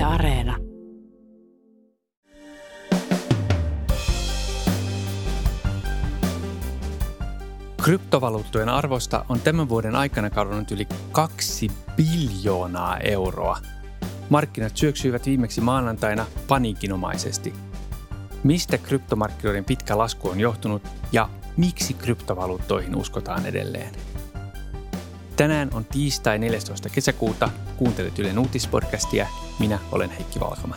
Areena. Kryptovaluuttojen arvosta on tämän vuoden aikana kadonnut yli 2 biljoonaa euroa. Markkinat syöksyivät viimeksi maanantaina paniikinomaisesti. Mistä kryptomarkkinoiden pitkä lasku on johtunut ja miksi kryptovaluuttoihin uskotaan edelleen? Tänään on tiistai 14. kesäkuuta. Kuuntelet Ylen uutispodcastia. Minä olen Heikki Valkama.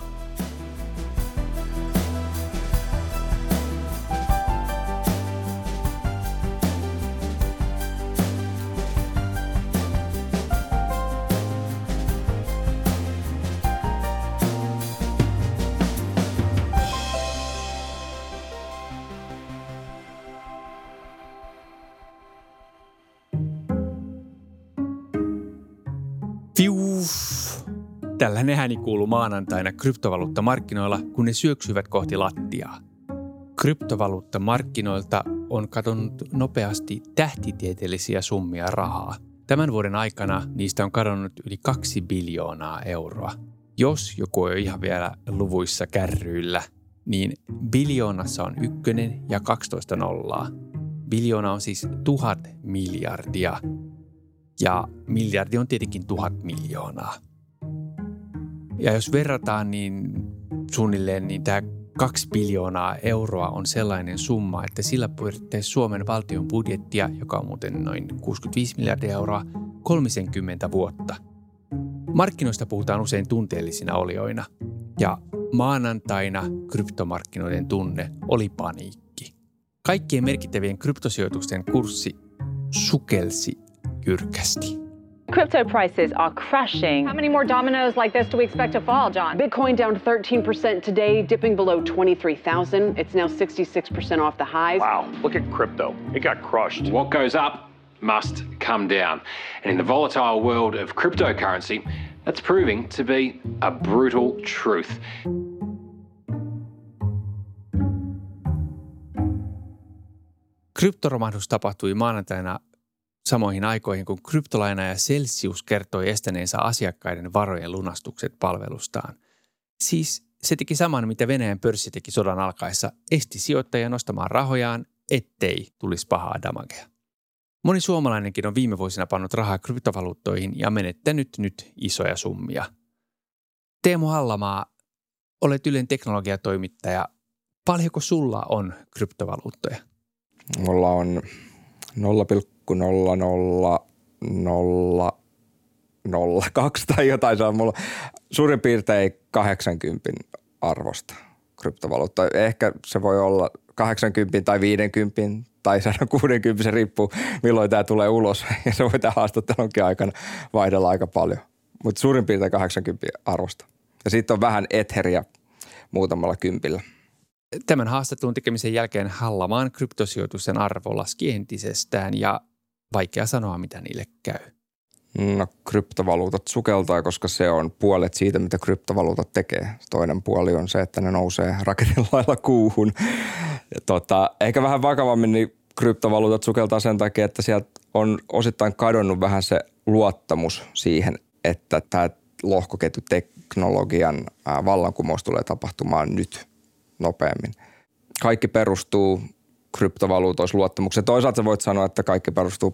Tällainen ääni kuului maanantaina kryptovaluuttamarkkinoilla, kun ne syöksyivät kohti lattiaa. Kryptovaluuttamarkkinoilta on kadonnut nopeasti tähtitieteellisiä summia rahaa. Tämän vuoden aikana niistä on kadonnut yli 2 biljoonaa euroa. Jos joku on ihan vielä luvuissa kärryillä, niin biljoonassa on 1 ja 12 nollaa. Biljoona on siis 1000 miljardia ja miljardi on tietenkin 1000 miljoonaa. Ja jos verrataan, niin suunnilleen niin tämä 2 biljoonaa euroa on sellainen summa, että sillä pyörittäisi Suomen valtion budjettia, joka on muuten noin 65 miljardia euroa, 30 vuotta. Markkinoista puhutaan usein tunteellisina olioina, ja maanantaina kryptomarkkinoiden tunne oli paniikki. Kaikkien merkittävien kryptosijoitusten kurssi sukelsi jyrkästi. Crypto prices are crashing. How many more dominoes like this do we expect to fall, John? Bitcoin down 13% today, dipping below 23,000. It's now 66% off the highs. Wow, look at crypto. It got crushed. What goes up must come down. And in the volatile world of cryptocurrency, that's proving to be a brutal truth. Kryptoromahdus tapahtui maanantaina samoihin aikoihin, kun kryptolainaaja Celsius kertoi estäneensä asiakkaiden varojen lunastukset palvelustaan. Siis se teki saman, mitä Venäjän pörssi teki sodan alkaessa, esti sijoittajia nostamaan rahojaan, ettei tulisi pahaa damagea. Moni suomalainenkin on viime vuosina pannut rahaa kryptovaluuttoihin ja menettänyt nyt isoja summia. Teemu Hallamaa, olet Ylen teknologiatoimittaja. Paljonko sulla on kryptovaluuttoja? Mulla on 0,00002 tai jotain. Se on mulla suurin piirtein 80 arvosta kryptovaluutta. Ehkä se voi olla 80 tai 50 tai 160, se riippuu milloin tämä tulee ulos. Ja se voi tämän haastattelunkin aikana vaihdella aika paljon. Mutta suurin piirtein 80 arvosta. Ja sitten on vähän Etheriä muutamalla kympillä. Tämän haastattelun tekemisen jälkeen Hallamaan kryptosijoitusten arvo laski entisestään ja vaikea sanoa, mitä niille käy. No kryptovaluutat sukeltaa, koska se on puolet siitä, mitä kryptovaluutat tekee. Toinen puoli on se, että ne nousee raketin lailla kuuhun. Ehkä vähän vakavammin niin kryptovaluutat sukeltaa sen takia, että sieltä on osittain kadonnut vähän se luottamus siihen, että tämä lohkoketjuteknologian vallankumous tulee tapahtumaan nyt nopeammin. Kaikki perustuu kryptovaluutoissa luottamukseen. Toisaalta sä voit sanoa, että kaikki perustuu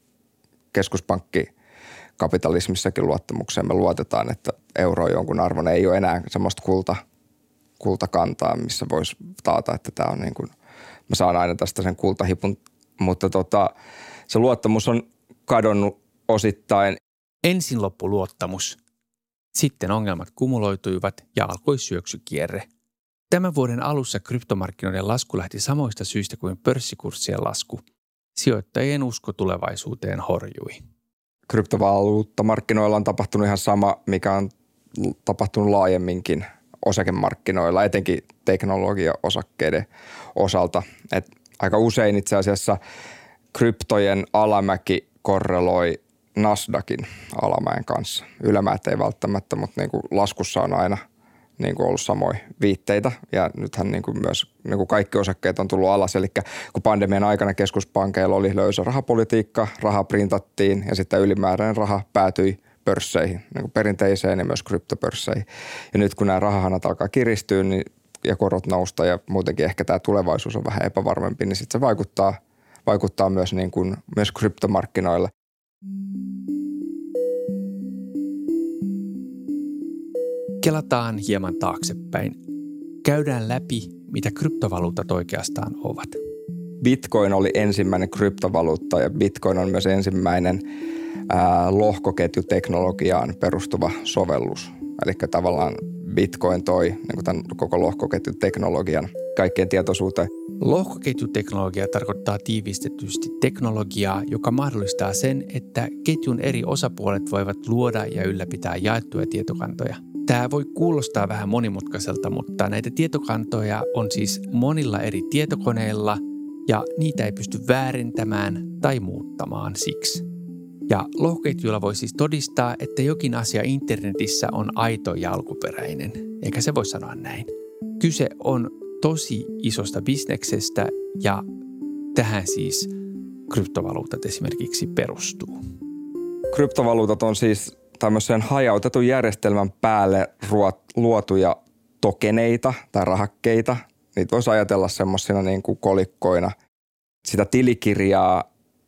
keskuspankkikapitalismissakin luottamukseen. Me luotetaan, että euro on jonkun arvon. Ei ole enää semmoista kultakantaa, missä voisi taata, että tämä on niin kuin, mä saan aina tästä sen kultahipun. Mutta se luottamus on kadonnut osittain. Ensin loppui luottamus. Sitten ongelmat kumuloituivat ja alkoi syöksykierre. Tämän vuoden alussa kryptomarkkinoiden lasku lähti samoista syistä kuin pörssikurssien lasku. Sijoittajien usko tulevaisuuteen horjui. Kryptovaluuttamarkkinoilla on tapahtunut ihan sama, mikä on tapahtunut laajemminkin osakemarkkinoilla, etenkin teknologiaosakkeiden osalta. Et aika usein itse asiassa kryptojen alamäki korreloi Nasdaqin alamäen kanssa. Ylämäät ei välttämättä, mutta niin kuin laskussa on aina niin kuin ollut samoja viitteitä ja nythän niin kuin myös niin kuin kaikki osakkeet on tullut alas. Eli kun pandemian aikana keskuspankeilla oli löysä rahapolitiikka, raha printattiin ja sitten ylimääräinen raha päätyi pörsseihin, niin kuin perinteiseen ja myös kryptopörsseihin. Ja nyt kun nämä rahahanat alkaa kiristyä niin, ja korot nousta ja muutenkin ehkä tämä tulevaisuus on vähän epävarmempi, niin sitten se vaikuttaa myös, niin kuin, myös kryptomarkkinoille. Kelataan hieman taaksepäin. Käydään läpi, mitä kryptovaluutat oikeastaan ovat. Bitcoin oli ensimmäinen kryptovaluutta ja Bitcoin on myös ensimmäinen lohkoketjuteknologiaan perustuva sovellus. Eli tavallaan Bitcoin toi niin tämän koko lohkoketjuteknologian kaikkien tietoisuuteen. Lohkoketjuteknologia tarkoittaa tiivistetysti teknologiaa, joka mahdollistaa sen, että ketjun eri osapuolet voivat luoda ja ylläpitää jaettuja tietokantoja. Tämä voi kuulostaa vähän monimutkaiselta, mutta näitä tietokantoja on siis monilla eri tietokoneilla ja niitä ei pysty väärentämään tai muuttamaan siksi. Ja lohkoketjuilla voi siis todistaa, että jokin asia internetissä on aito ja alkuperäinen, eikä se voi sanoa näin. Kyse on tosi isosta bisneksestä ja tähän siis kryptovaluutat esimerkiksi perustuu. Kryptovaluutat on siis tämmöisen hajautetun järjestelmän päälle luotuja tokeneita tai rahakkeita. Niitä voisi ajatella semmoisina niin kuin kolikkoina. Sitä tilikirjaa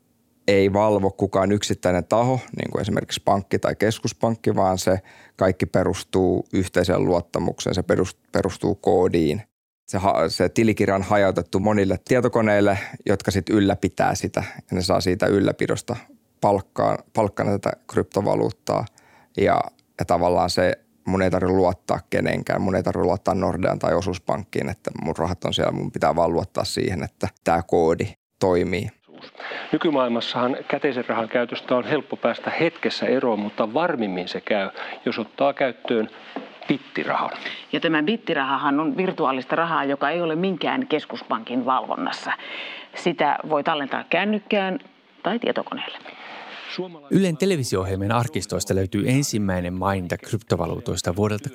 ei valvo kukaan yksittäinen taho, niin kuin esimerkiksi pankki tai keskuspankki, vaan se kaikki perustuu yhteiseen luottamukseen, se perustuu koodiin. Se tilikirja on hajautettu monille tietokoneille, jotka sitten ylläpitää sitä ja ne saa siitä ylläpidosta palkkana tätä kryptovaluuttaa ja tavallaan se mun ei tarvitse luottaa kenenkään, mun ei tarvitse luottaa Nordeaan tai osuuspankkiin, että mun rahat on siellä, mun pitää vaan luottaa siihen, että tämä koodi toimii. Nykymaailmassahan käteisen rahan käytöstä on helppo päästä hetkessä eroon, mutta varmimmin se käy, jos ottaa käyttöön bittirahan. Ja tämä bittirahahan on virtuaalista rahaa, joka ei ole minkään keskuspankin valvonnassa. Sitä voi tallentaa kännykkään tai tietokoneelle. Ylen televisio-ohjelmien arkistoista löytyy ensimmäinen maininta kryptovaluutoista vuodelta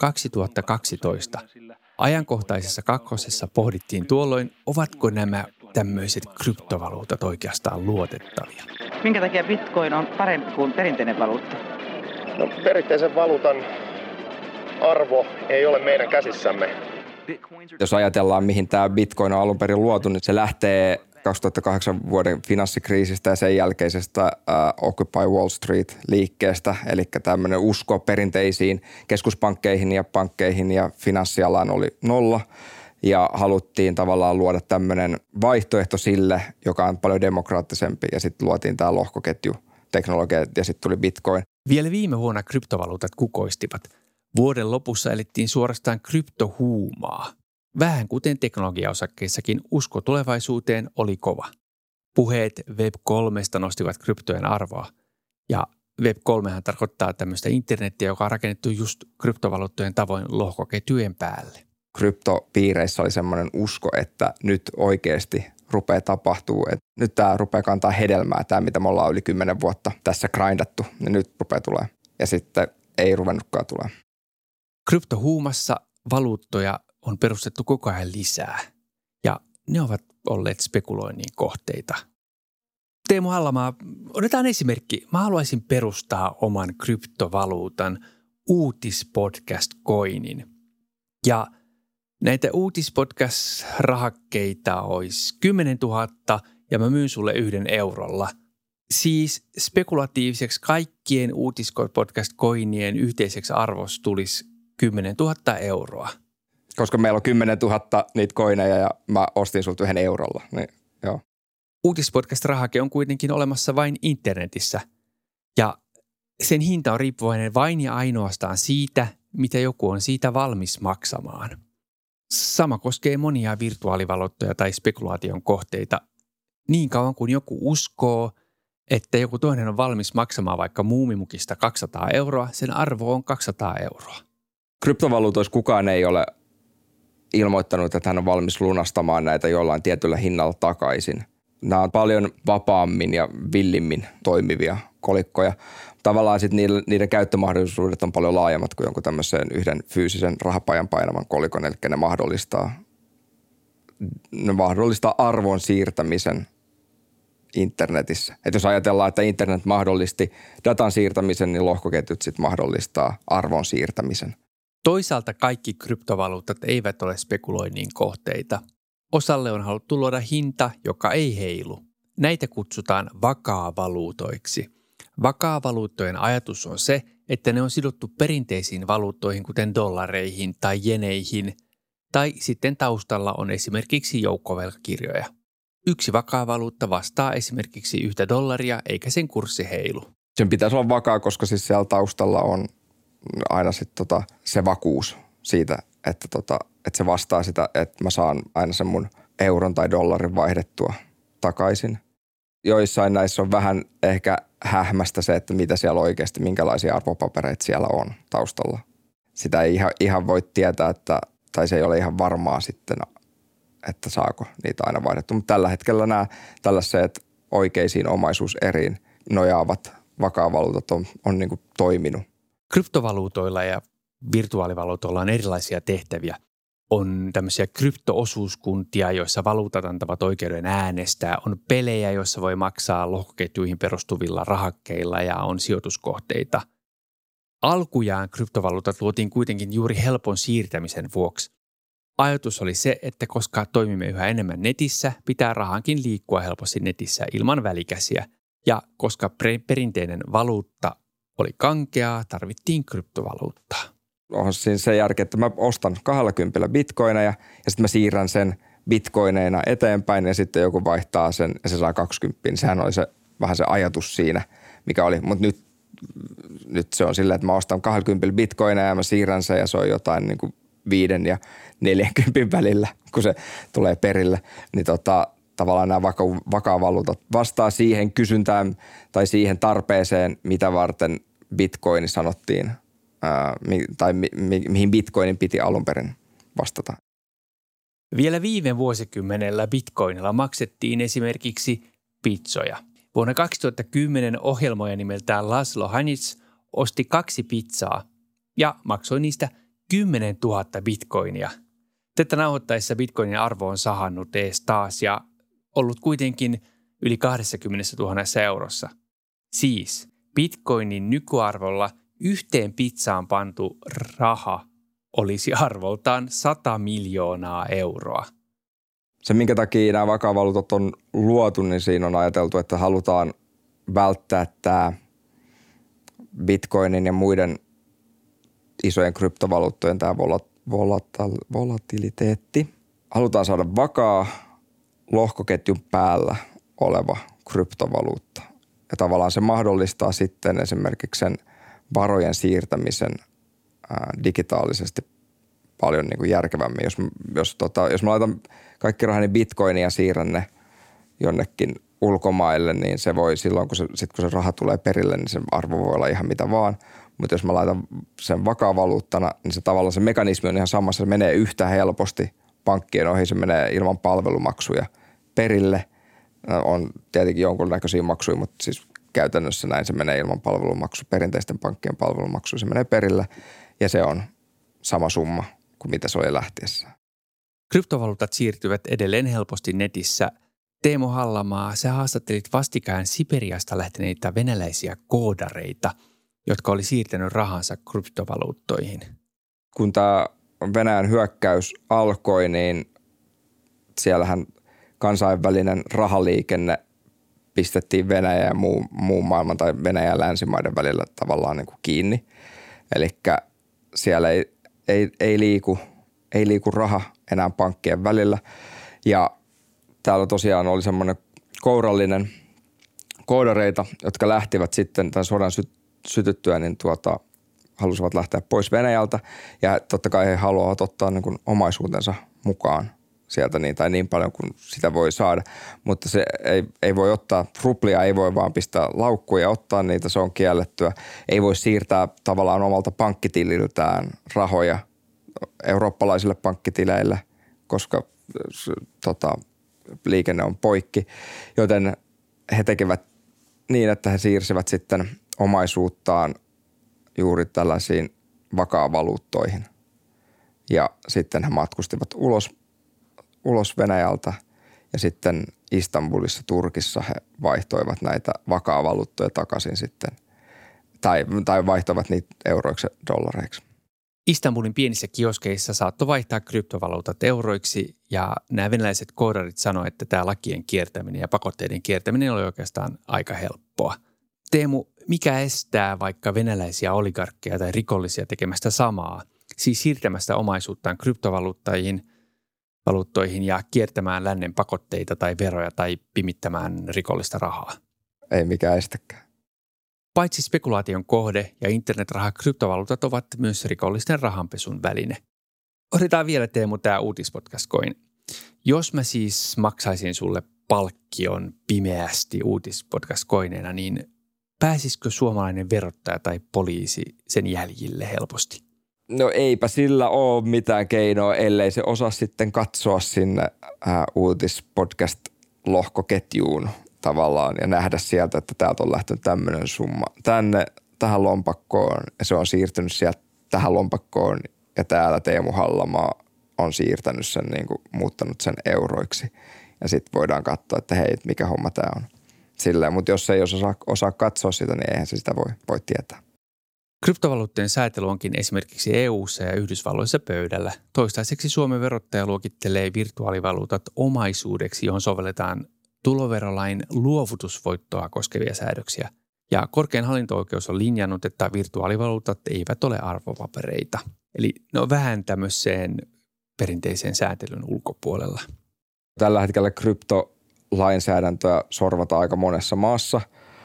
2012. Ajankohtaisessa kakkosessa pohdittiin tuolloin, ovatko nämä tämmöiset kryptovaluutat oikeastaan luotettavia. Minkä takia Bitcoin on parempi kuin perinteinen valuutta? No, perinteisen valuutan arvo ei ole meidän käsissämme. Jos ajatellaan, mihin tämä Bitcoin on alun perin luotu, niin se lähtee 2008 vuoden finanssikriisistä ja sen jälkeisestä Occupy Wall Street-liikkeestä. Eli tämmöinen usko perinteisiin keskuspankkeihin ja pankkeihin ja finanssialaan oli nolla. Ja haluttiin tavallaan luoda tämmöinen vaihtoehto sille, joka on paljon demokraattisempi. Ja sitten luotiin tämä lohkoketjuteknologia ja sitten tuli Bitcoin. Vielä viime vuonna kryptovaluutat kukoistivat. Vuoden lopussa elettiin suorastaan kryptohuumaa. Vähän kuten teknologiaosakkeissakin usko tulevaisuuteen oli kova. Puheet Web3 nostivat kryptojen arvoa. Ja Web3 tarkoittaa tämmöistä internettiä, joka on rakennettu just kryptovaluuttojen tavoin lohkoketjujen päälle. Kryptopiireissä oli semmoinen usko, että nyt oikeasti rupeaa tapahtuu, että nyt tämä rupeaa kantaa hedelmää, tämä mitä me ollaan yli 10 vuotta tässä grindattu, niin nyt rupeaa tulee. Ja sitten ei ruvennutkaan tulee. Kryptohuumassa valuuttoja on perustettu koko ajan lisää ja ne ovat olleet spekuloinnin kohteita. Teemu Hallamaa, otetaan esimerkki. Mä haluaisin perustaa oman kryptovaluutan uutispodcast-coinin. Ja näitä uutispodcast-rahakkeita olisi 10 000 ja mä myyn sulle 1 eurolla. Siis spekulatiiviseksi kaikkien uutispodcast-coinien yhteiseksi arvoksi tulisi 10 000 euroa. Koska meillä on 10 000 niitä koineja ja mä ostin sulta 1 eurolla, niin joo. Uutispodcast-rahake on kuitenkin olemassa vain internetissä ja sen hinta on riippuvainen vain ja ainoastaan siitä, mitä joku on siitä valmis maksamaan. Sama koskee monia virtuaalivaluuttoja tai spekulaation kohteita. Niin kauan kuin joku uskoo, että joku toinen on valmis maksamaan vaikka muumimukista 200 euroa, sen arvo on 200 euroa. Kryptovaluutoissa kukaan ei ole ilmoittanut, että hän on valmis lunastamaan näitä jollain tietyllä hinnalla takaisin. Nämä on paljon vapaammin ja villimmin toimivia kolikkoja. Tavallaan sitten niiden käyttömahdollisuudet on paljon laajemmat kuin jonkun tämmöisen yhden fyysisen rahapajan painavan kolikon. Eli ne mahdollistaa arvon siirtämisen internetissä. Et jos ajatellaan, että internet mahdollisti datan siirtämisen, niin lohkoketjut sitten mahdollistaa arvon siirtämisen. Toisaalta kaikki kryptovaluutat eivät ole spekuloinnin kohteita. Osalle on haluttu luoda hinta, joka ei heilu. Näitä kutsutaan vakaavaluutoiksi. Vakaavaluuttojen ajatus on se, että ne on sidottu perinteisiin valuuttoihin, kuten dollareihin tai jeneihin, tai sitten taustalla on esimerkiksi joukkovelkakirjoja. Yksi vakaavaluutta vastaa esimerkiksi $1, eikä sen kurssi heilu. Sen pitäisi olla vakaa, koska siis siellä taustalla on aina sitten se vakuus siitä, että se vastaa sitä, että mä saan aina sen mun euron tai dollarin vaihdettua takaisin. Joissain näissä on vähän ehkä hähmästä se, että mitä siellä oikeasti, minkälaisia arvopapereita siellä on taustalla. Sitä ei ihan voi tietää, tai se ei ole ihan varmaa sitten, että saako niitä aina vaihdettua. Mutta tällä hetkellä nämä tällaiset oikeisiin omaisuuseriin nojaavat vakaavaluutat on niin kuin toiminut. Kryptovaluutoilla ja virtuaalivaluutoilla on erilaisia tehtäviä. On tämmöisiä kryptoosuuskuntia, joissa valuutat antavat oikeuden äänestää. On pelejä, joissa voi maksaa lohkoketjuihin perustuvilla rahakkeilla ja on sijoituskohteita. Alkujaan kryptovaluutat luotiin kuitenkin juuri helpon siirtämisen vuoksi. Ajatus oli se, että koska toimimme yhä enemmän netissä, pitää rahankin liikkua helposti netissä ilman välikäsiä. Ja koska perinteinen valuutta oli kankeaa, tarvittiin kryptovaluuttaa. On siinä se järki, että mä ostan 20 bitcoineja ja sitten mä siirrän sen bitcoineina eteenpäin ja sitten joku vaihtaa sen ja se saa 20. Sehän oli se vähän se ajatus siinä, mikä oli. Mutta nyt se on silleen, että mä ostan 20 bitcoineja ja mä siirrän sen ja se on jotain niin kuin 5 ja 40 välillä, kun se tulee perille. Niin tavallaan nämä vakaavaluutat vastaa siihen kysyntään tai siihen tarpeeseen, mitä varten bitcoini sanottiin tai mihin bitcoinin piti alun perin vastata. Vielä viime vuosikymmenellä bitcoinilla maksettiin esimerkiksi pizzoja. Vuonna 2010 ohjelmoija nimeltään Laszlo Hanits osti 2 pizzaa ja maksoi niistä 10 000 bitcoinia. Tätä nauhoittaessa bitcoinin arvo on sahannut ees taas ja ollut kuitenkin yli 20 000 eurossa. Siis bitcoinin nykyarvolla yhteen pizzaan pantu raha olisi arvoltaan 100 miljoonaa euroa. Se, minkä takia nämä vakaavaluutot on luotu, niin siinä on ajateltu, että halutaan välttää tämä bitcoinin ja muiden isojen kryptovaluuttojen tämä volatiliteetti. Halutaan saada vakaa lohkoketjun päällä oleva kryptovaluutta. Ja tavallaan se mahdollistaa sitten esimerkiksi sen varojen siirtämisen digitaalisesti paljon niin kuin järkevämmin. Jos mä laitan kaikki rahani bitcoinia ja siirrän ne jonnekin ulkomaille, niin se voi silloin, kun se raha tulee perille, niin se arvo voi olla ihan mitä vaan. Mutta jos mä laitan sen vakaavaluuttana, niin se tavallaan se mekanismi on ihan sama. Se menee yhtä helposti pankkien ohi, se menee ilman palvelumaksuja perille. On tietenkin jonkunnäköisiä maksuja, mutta siis käytännössä näin se menee ilman palvelumaksu, perinteisten pankkien palvelumaksu, se menee perille ja se on sama summa kuin mitä se oli lähtiessä. Kryptovaluutat siirtyvät edelleen helposti netissä. Teemu Hallamaa, sä haastattelit vastikään Siperiasta lähteneitä venäläisiä koodareita, jotka oli siirtänyt rahansa kryptovaluuttoihin. Kun tämä Venäjän hyökkäys alkoi, niin siellähän kansainvälinen rahaliikenne pistettiin Venäjä ja muun maailman tai Venäjä ja länsimaiden välillä tavallaan niin kuin kiinni. Eli siellä ei liiku raha enää pankkien välillä. Ja täällä tosiaan oli semmoinen kourallinen koodareita, jotka lähtivät sitten tämän sodan sytyttyä, niin halusivat lähteä pois Venäjältä. Ja totta kai he haluavat ottaa niin kuin omaisuutensa mukaan sieltä niin paljon kuin sitä voi saada. Mutta se ei voi ottaa ruplia, ei voi vaan pistää laukkuja ja ottaa niitä, se on kiellettyä. Ei voi siirtää tavallaan omalta pankkitililtään rahoja eurooppalaisille pankkitileille, koska liikenne on poikki. Joten he tekevät niin, että he siirsivät sitten omaisuuttaan juuri tällaisiin vakaavaluuttoihin. Ja sitten he matkustivat ulos Venäjältä ja sitten Istanbulissa, Turkissa he vaihtoivat näitä vakaavaluuttoja takaisin sitten, tai vaihtoivat niitä euroiksi ja dollareiksi. Istanbulin pienissä kioskeissa saattoi vaihtaa kryptovaluutat euroiksi ja nämä venäläiset koodarit sanoivat, että tämä lakien kiertäminen ja pakotteiden kiertäminen oli oikeastaan aika helppoa. Teemu, mikä estää vaikka venäläisiä oligarkkeja tai rikollisia tekemästä samaa, siis siirtämästä omaisuuttaan kryptovaluuttoihin ja kiertämään lännen pakotteita tai veroja tai pimittämään rikollista rahaa? Ei mikään estäkään. Paitsi spekulaation kohde ja internetraha, kryptovaluutat ovat myös rikollisten rahanpesun väline. Otetaan vielä, Teemu, tämä uutispodcast coin. Jos mä siis maksaisin sulle palkkion pimeästi uutispodcast coineina, niin pääsisikö suomalainen verottaja tai poliisi sen jäljille helposti? No eipä sillä ole mitään keinoa, ellei se osaa sitten katsoa sinne uutispodcast-lohkoketjuun tavallaan ja nähdä sieltä, että täältä on lähtenyt tämmöinen summa tähän lompakkoon ja se on siirtynyt sieltä tähän lompakkoon ja täällä Teemu Hallamaa on siirtänyt sen, niin kuin muuttanut sen euroiksi ja sitten voidaan katsoa, että hei, mikä homma tämä on. Silleen, mutta jos ei osaa katsoa sitä, niin eihän se sitä voi tietää. Kryptovaluuttien säätely onkin esimerkiksi EU:ssa ja Yhdysvalloissa pöydällä. Toistaiseksi Suomen verottaja luokittelee virtuaalivaluutat omaisuudeksi, johon sovelletaan tuloverolain luovutusvoittoa koskevia säädöksiä. Ja korkein hallinto-oikeus on linjannut, että virtuaalivaluutat eivät ole arvopapereita. Eli ne on vähän tämmöiseen perinteiseen säätelyn ulkopuolella. Tällä hetkellä kryptolainsäädäntöä sorvataan aika monessa maassa.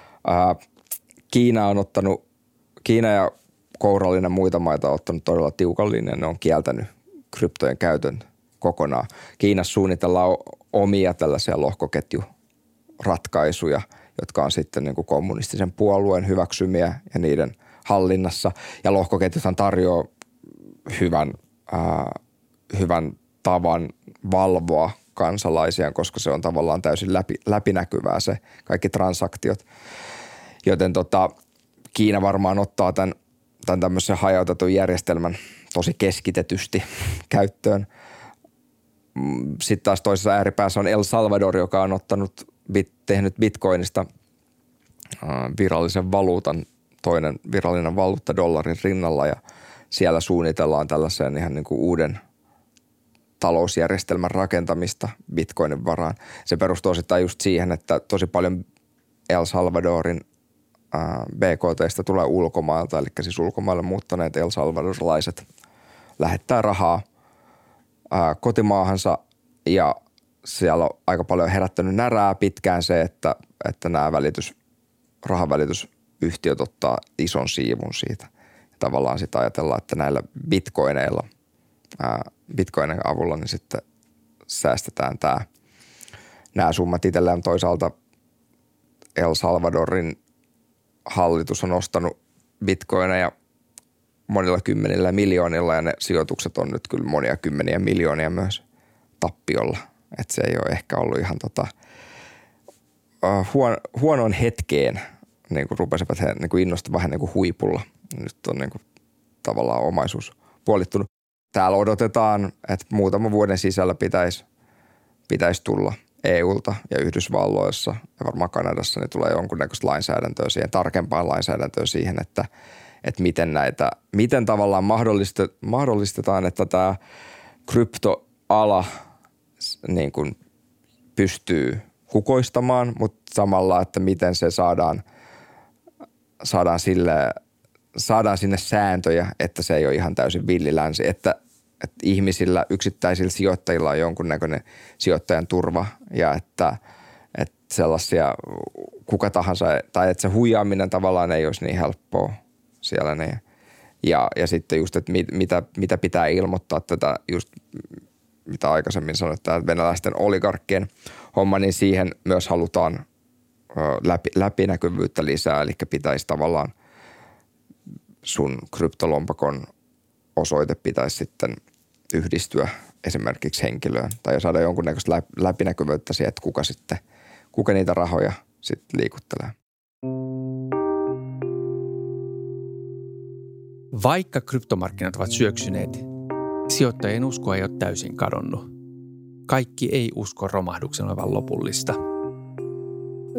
Kiina ja kourallinen muita maita on ottanut todella tiukan linjan. Ne on kieltänyt kryptojen käytön kokonaan. Kiinassa suunnitellaan omia tällaisia lohkoketjuratkaisuja, jotka on sitten niin kuin kommunistisen puolueen hyväksymiä ja niiden hallinnassa. Ja lohkoketjuthan tarjoaa hyvän tavan valvoa kansalaisia, koska se on tavallaan täysin läpinäkyvää se kaikki transaktiot. Joten Kiina varmaan ottaa tämän tämmöisen hajautetun järjestelmän tosi keskitetysti käyttöön. Sitten taas toisessa ääripäässä on El Salvador, joka on tehnyt Bitcoinista virallisen valuutan, toinen virallinen valuutta dollarin rinnalla ja siellä suunnitellaan tällaisen ihan niin kuin uuden talousjärjestelmän rakentamista Bitcoinin varaan. Se perustuu osittain just siihen, että tosi paljon El Salvadorin BKT:stä tulee ulkomailta, eli siis ulkomaille muuttaneet El Salvadorlaiset lähettää rahaa kotimaahansa ja siellä on aika paljon herättänyt närää pitkään se, että nämä rahavälitysyhtiöt ottaa ison siivun siitä. Ja tavallaan sitä ajatellaan, että näillä bitcoinin avulla niin sitten säästetään nämä summat itselleen. Toisaalta El Salvadorin hallitus on ostanut bitcoineja monilla kymmenillä miljoonilla ja ne sijoitukset on nyt kyllä monia kymmeniä miljoonia myös tappiolla. Että se ei ole ehkä ollut ihan huonoon hetkeen, niin kuin rupesivat he niin kuin innostua vähän niin kuin huipulla. Nyt on niin kuin tavallaan omaisuus puolittunut. Täällä odotetaan, että muutaman vuoden sisällä pitäisi tulla EUlta ja Yhdysvalloissa ja varmaan Kanadassa niin tulee jonkunnäköistä lainsäädäntöä siihen, tarkempaa lainsäädäntöä siihen, että miten tavallaan mahdollistetaan, että tämä kryptoala niin kuin pystyy kukoistamaan, mutta samalla, että miten se saadaan sinne sääntöjä, että se ei ole ihan täysin villilänsi, että ihmisillä, yksittäisillä sijoittajilla on jonkunnäköinen sijoittajan turva ja että sellaisia kuka tahansa, tai että se huijaaminen tavallaan ei olisi niin helppoa siellä. Niin. Ja sitten just, että mitä pitää ilmoittaa tätä just, mitä aikaisemmin sanoin, että venäläisten oligarkkien homma, niin siihen myös halutaan läpinäkyvyyttä lisää, eli pitäisi tavallaan sun kryptolompakon osoite pitäisi sitten yhdistyä esimerkiksi henkilöön tai saada jonkunnäköistä läpinäkyvyyttä siihen, että kuka niitä rahoja sitten liikuttelee. Vaikka kryptomarkkinat ovat syöksyneet, sijoittajien usko ei ole täysin kadonnut. Kaikki ei usko romahduksen olevan lopullista.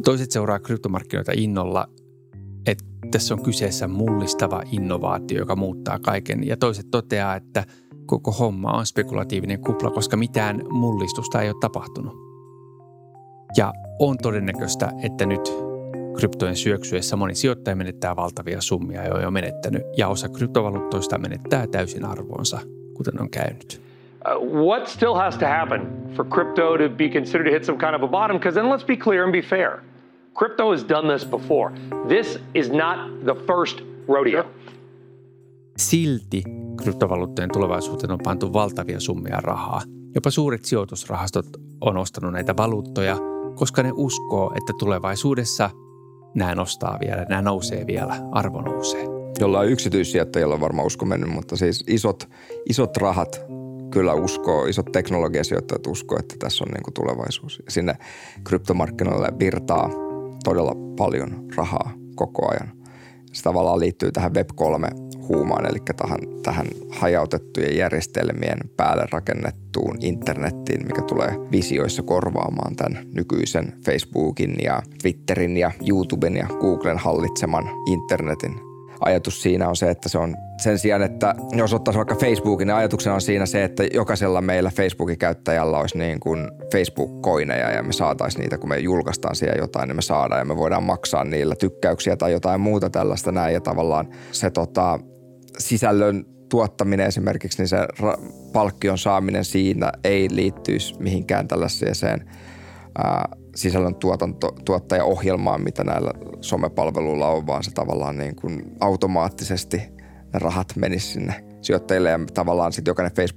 Toiset seuraa kryptomarkkinoita innolla, että tässä on kyseessä mullistava innovaatio, joka muuttaa kaiken. Ja toiset toteaa, että koko homma on spekulatiivinen kupla, koska mitään mullistusta ei ole tapahtunut. Ja on todennäköistä, että nyt kryptojen syöksyessä moni sijoittaja menettää valtavia summia ja on jo menettänyt. Ja osa kryptovaluuttoista menettää täysin arvoonsa, kuten on käynyt. What still has to happen for crypto to be considered to hit some kind of a bottom? Because then let's be clear and be fair. Crypto has done this before. This is not the first rodeo. Silti kryptovaluuttojen tulevaisuuteen on pantu valtavia summia rahaa. Jopa suuret sijoitusrahastot on ostanut näitä valuuttoja, koska ne uskoo, että tulevaisuudessa nämä nousee vielä, arvo nousee. Jollain yksityissijoittajilla on varmaan usko mennyt, mutta siis isot rahat kyllä uskoo, isot teknologiasijoittajat uskoo, että tässä on niin kuin tulevaisuus. Ja sinne kryptomarkkinoille virtaa todella paljon rahaa koko ajan. Se tavallaan liittyy tähän Web3-huumaan, eli tähän hajautettujen järjestelmien päälle rakennettuun internettiin, mikä tulee visioissa korvaamaan tämän nykyisen Facebookin ja Twitterin ja YouTuben ja Googlen hallitseman internetin. Ajatus siinä on se, että se on sen sijaan, että jos ottaisiin vaikka Facebookin, niin ajatuksena on siinä se, että jokaisella meillä Facebookin käyttäjällä olisi niin kuin Facebook-koineja ja me saataisiin niitä, kun me julkaistaan siellä jotain, niin me saadaan ja me voidaan maksaa niillä tykkäyksiä tai jotain muuta tällaista näin ja tavallaan se sisällön tuottaminen esimerkiksi, niin se palkkion saaminen siinä ei liittyisi mihinkään tällaiseen sisällön tuottajaohjelmaan, mitä näillä somepalveluilla on, vaan se tavallaan niin kuin automaattisesti ne rahat menisivät sinne sijoittajille ja tavallaan sitten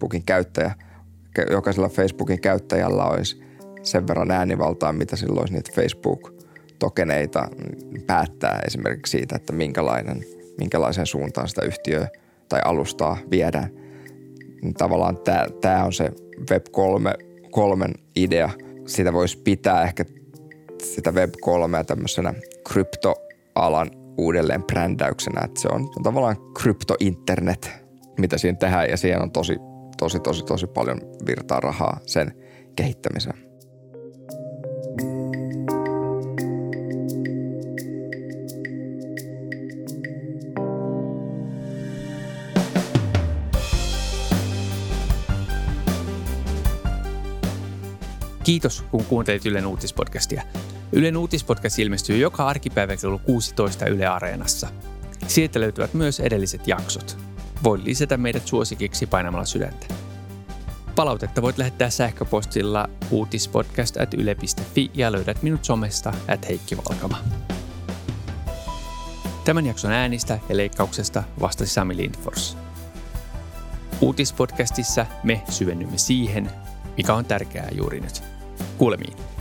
jokaisella Facebookin käyttäjällä olisi sen verran äänivaltaa, mitä silloin olisi niitä Facebook-tokeneita päättää esimerkiksi siitä, että minkälaiseen suuntaan sitä yhtiöä tai alustaa viedään. Tavallaan tämä on se Web3 idea. Sitä voisi pitää ehkä sitä Web3 tämmöisenä kryptoalan uudelleen brändäyksenä, että se on tavallaan kryptointernet, mitä siinä tehdään ja siihen on tosi paljon virtaa rahaa sen kehittämiseen. Kiitos, kun kuuntelit Ylen uutispodcastia. Ylen uutispodcast ilmestyy joka arkipäivä kello 16 Yle Areenassa. Sieltä löytyvät myös edelliset jaksot. Voit lisätä meidät suosikiksi painamalla sydäntä. Palautetta voit lähettää sähköpostilla uutispodcast@yle.fi ja löydät minut somesta @Heikki Valkama. Tämän jakson äänistä ja leikkauksesta vastasi Sami Lindfors. Uutispodcastissa me syvennymme siihen, mikä on tärkeää juuri nyt. Kuulemiin.